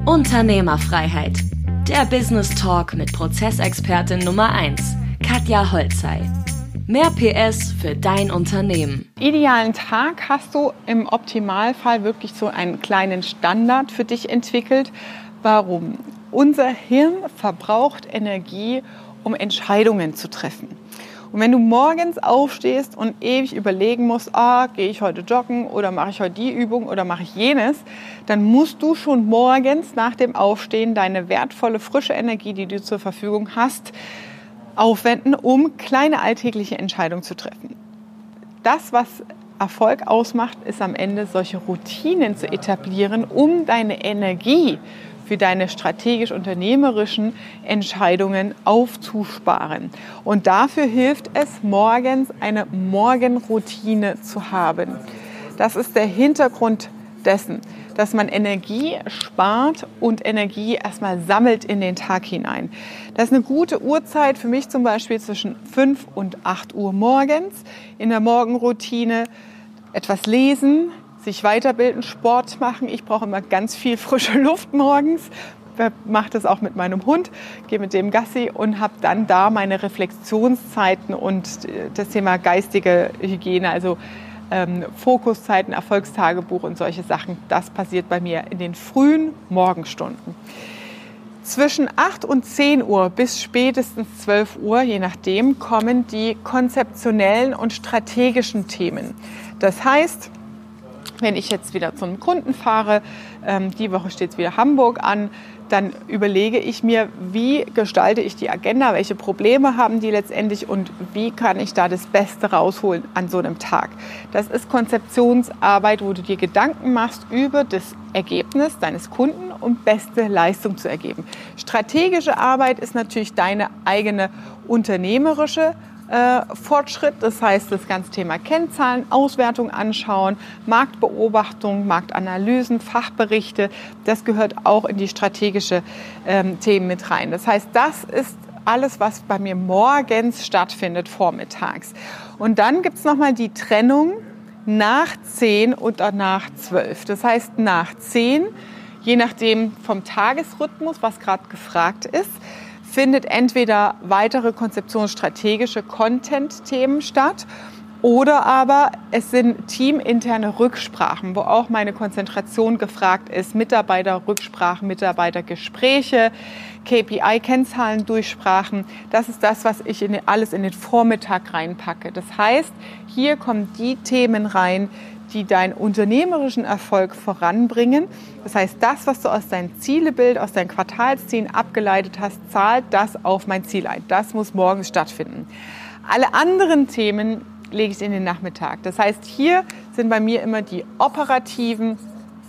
Unternehmerfreiheit. Der Business Talk mit Prozessexpertin Nummer 1, Katja Holzey. Mehr PS für dein Unternehmen. Idealen Tag hast du im Optimalfall wirklich so einen kleinen Standard für dich entwickelt. Warum? Unser Hirn verbraucht Energie, um Entscheidungen zu treffen. Und wenn du morgens aufstehst und ewig überlegen musst, gehe ich heute joggen oder mache ich heute die Übung oder mache ich jenes, dann musst du schon morgens nach dem Aufstehen deine wertvolle, frische Energie, die du zur Verfügung hast, aufwenden, um kleine alltägliche Entscheidungen zu treffen. Das, was Erfolg ausmacht, ist am Ende solche Routinen zu etablieren, um deine Energie für deine strategisch-unternehmerischen Entscheidungen aufzusparen. Und dafür hilft es, morgens eine Morgenroutine zu haben. Das ist der Hintergrund dessen, dass man Energie spart und Energie erstmal sammelt in den Tag hinein. Das ist eine gute Uhrzeit für mich zum Beispiel zwischen 5 und 8 Uhr morgens. In der Morgenroutine etwas lesen, sich weiterbilden, Sport machen. Ich brauche immer ganz viel frische Luft morgens. Ich mache das auch mit meinem Hund, gehe mit dem Gassi und habe dann da meine Reflexionszeiten und das Thema geistige Hygiene, also Fokuszeiten, Erfolgstagebuch und solche Sachen. Das passiert bei mir in den frühen Morgenstunden. Zwischen 8 und 10 Uhr bis spätestens 12 Uhr, je nachdem, kommen die konzeptionellen und strategischen Themen. Das heißt, wenn ich jetzt wieder zu einem Kunden fahre, die Woche steht es wieder Hamburg an, dann überlege ich mir, wie gestalte ich die Agenda, welche Probleme haben die letztendlich und wie kann ich da das Beste rausholen an so einem Tag. Das ist Konzeptionsarbeit, wo du dir Gedanken machst über das Ergebnis deines Kunden, um beste Leistung zu ergeben. Strategische Arbeit ist natürlich deine eigene unternehmerische Fortschritt, das heißt das ganze Thema Kennzahlen, Auswertung anschauen, Marktbeobachtung, Marktanalysen, Fachberichte, das gehört auch in die strategische Themen mit rein. Das heißt, das ist alles, was bei mir morgens stattfindet, vormittags. Und dann gibt es nochmal die Trennung nach 10 und nach 12. Das heißt, nach 10, je nachdem vom Tagesrhythmus, was gerade gefragt ist, findet entweder weitere konzeptionsstrategische Content-Themen statt oder aber es sind teaminterne Rücksprachen, wo auch meine Konzentration gefragt ist, Mitarbeiterrücksprachen, Mitarbeitergespräche, KPI-Kennzahlen durchsprachen. Das ist das, was ich alles in den Vormittag reinpacke. Das heißt, hier kommen die Themen rein, die deinen unternehmerischen Erfolg voranbringen. Das heißt, das, was du aus deinem Zielebild, aus deinen Quartalszielen abgeleitet hast, zahlt das auf mein Ziel ein. Das muss morgens stattfinden. Alle anderen Themen lege ich in den Nachmittag. Das heißt, hier sind bei mir immer die operativen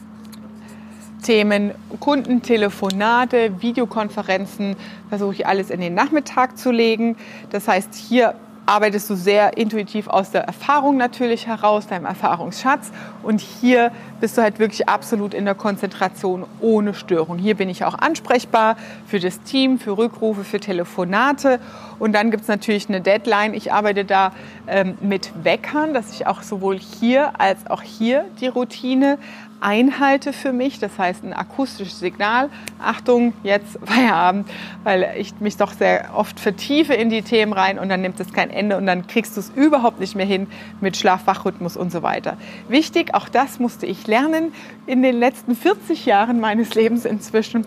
Themen, Kundentelefonate, Videokonferenzen, versuche ich alles in den Nachmittag zu legen. Das heißt, hier arbeitest du sehr intuitiv aus der Erfahrung natürlich heraus, deinem Erfahrungsschatz. Und hier bist du halt wirklich absolut in der Konzentration ohne Störung. Hier bin ich auch ansprechbar für das Team, für Rückrufe, für Telefonate. Und dann gibt es natürlich eine Deadline. Ich arbeite da mit Weckern, dass ich auch sowohl hier als auch hier die Routine einhalte für mich, das heißt ein akustisches Signal, Achtung, jetzt Feierabend, weil ich mich doch sehr oft vertiefe in die Themen rein und dann nimmt es kein Ende und dann kriegst du es überhaupt nicht mehr hin mit Schlaf-Wach-Rhythmus und so weiter. Wichtig, auch das musste ich lernen in den letzten 40 Jahren meines Lebens inzwischen.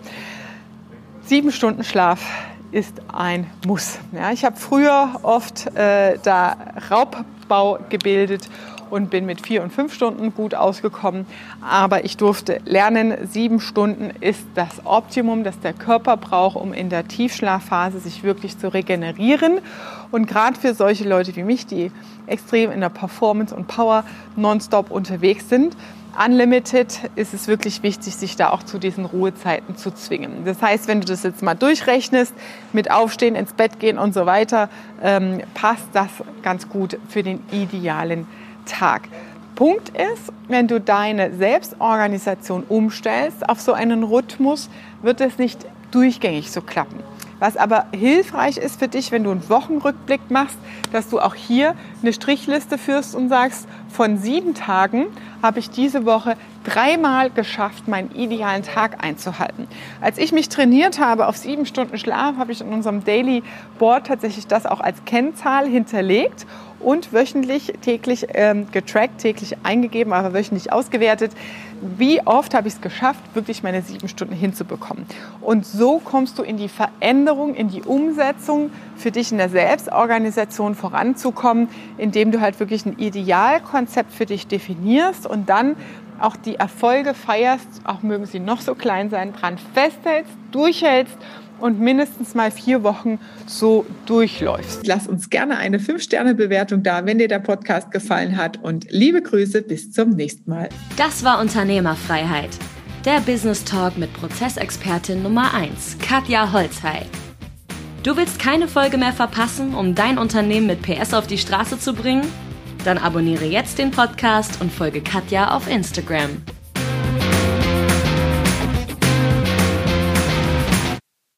7 Stunden Schlaf ist ein Muss. Ja, ich habe früher oft da Raubbau gebildet und bin mit 4 und 5 Stunden gut ausgekommen. Aber ich durfte lernen, 7 Stunden ist das Optimum, das der Körper braucht, um in der Tiefschlafphase sich wirklich zu regenerieren. Und gerade für solche Leute wie mich, die extrem in der Performance und Power nonstop unterwegs sind, Unlimited, ist es wirklich wichtig, sich da auch zu diesen Ruhezeiten zu zwingen. Das heißt, wenn du das jetzt mal durchrechnest, mit Aufstehen, ins Bett gehen und so weiter, passt das ganz gut für den idealen Tag. Punkt ist, wenn du deine Selbstorganisation umstellst auf so einen Rhythmus, wird es nicht durchgängig so klappen. Was aber hilfreich ist für dich, wenn du einen Wochenrückblick machst, dass du auch hier eine Strichliste führst und sagst, von 7 Tagen habe ich diese Woche 3-mal geschafft, meinen idealen Tag einzuhalten. Als ich mich trainiert habe auf 7 Stunden Schlaf, habe ich in unserem Daily Board tatsächlich das auch als Kennzahl hinterlegt und wöchentlich, täglich getrackt, täglich eingegeben, aber wöchentlich ausgewertet. Wie oft habe ich es geschafft, wirklich meine 7 Stunden hinzubekommen? Und so kommst du in die Veränderung, in die Umsetzung, für dich in der Selbstorganisation voranzukommen, indem du halt wirklich ein Idealkonzept für dich definierst und dann auch die Erfolge feierst, auch mögen sie noch so klein sein, dran festhältst, durchhältst und mindestens mal 4 Wochen so durchläufst. Lass uns gerne eine 5-Sterne-Bewertung da, wenn dir der Podcast gefallen hat. Und liebe Grüße, bis zum nächsten Mal. Das war Unternehmerfreiheit. Der Business Talk mit Prozessexpertin Nummer 1, Katja Holzhey. Du willst keine Folge mehr verpassen, um dein Unternehmen mit PS auf die Straße zu bringen? Dann abonniere jetzt den Podcast und folge Katja auf Instagram.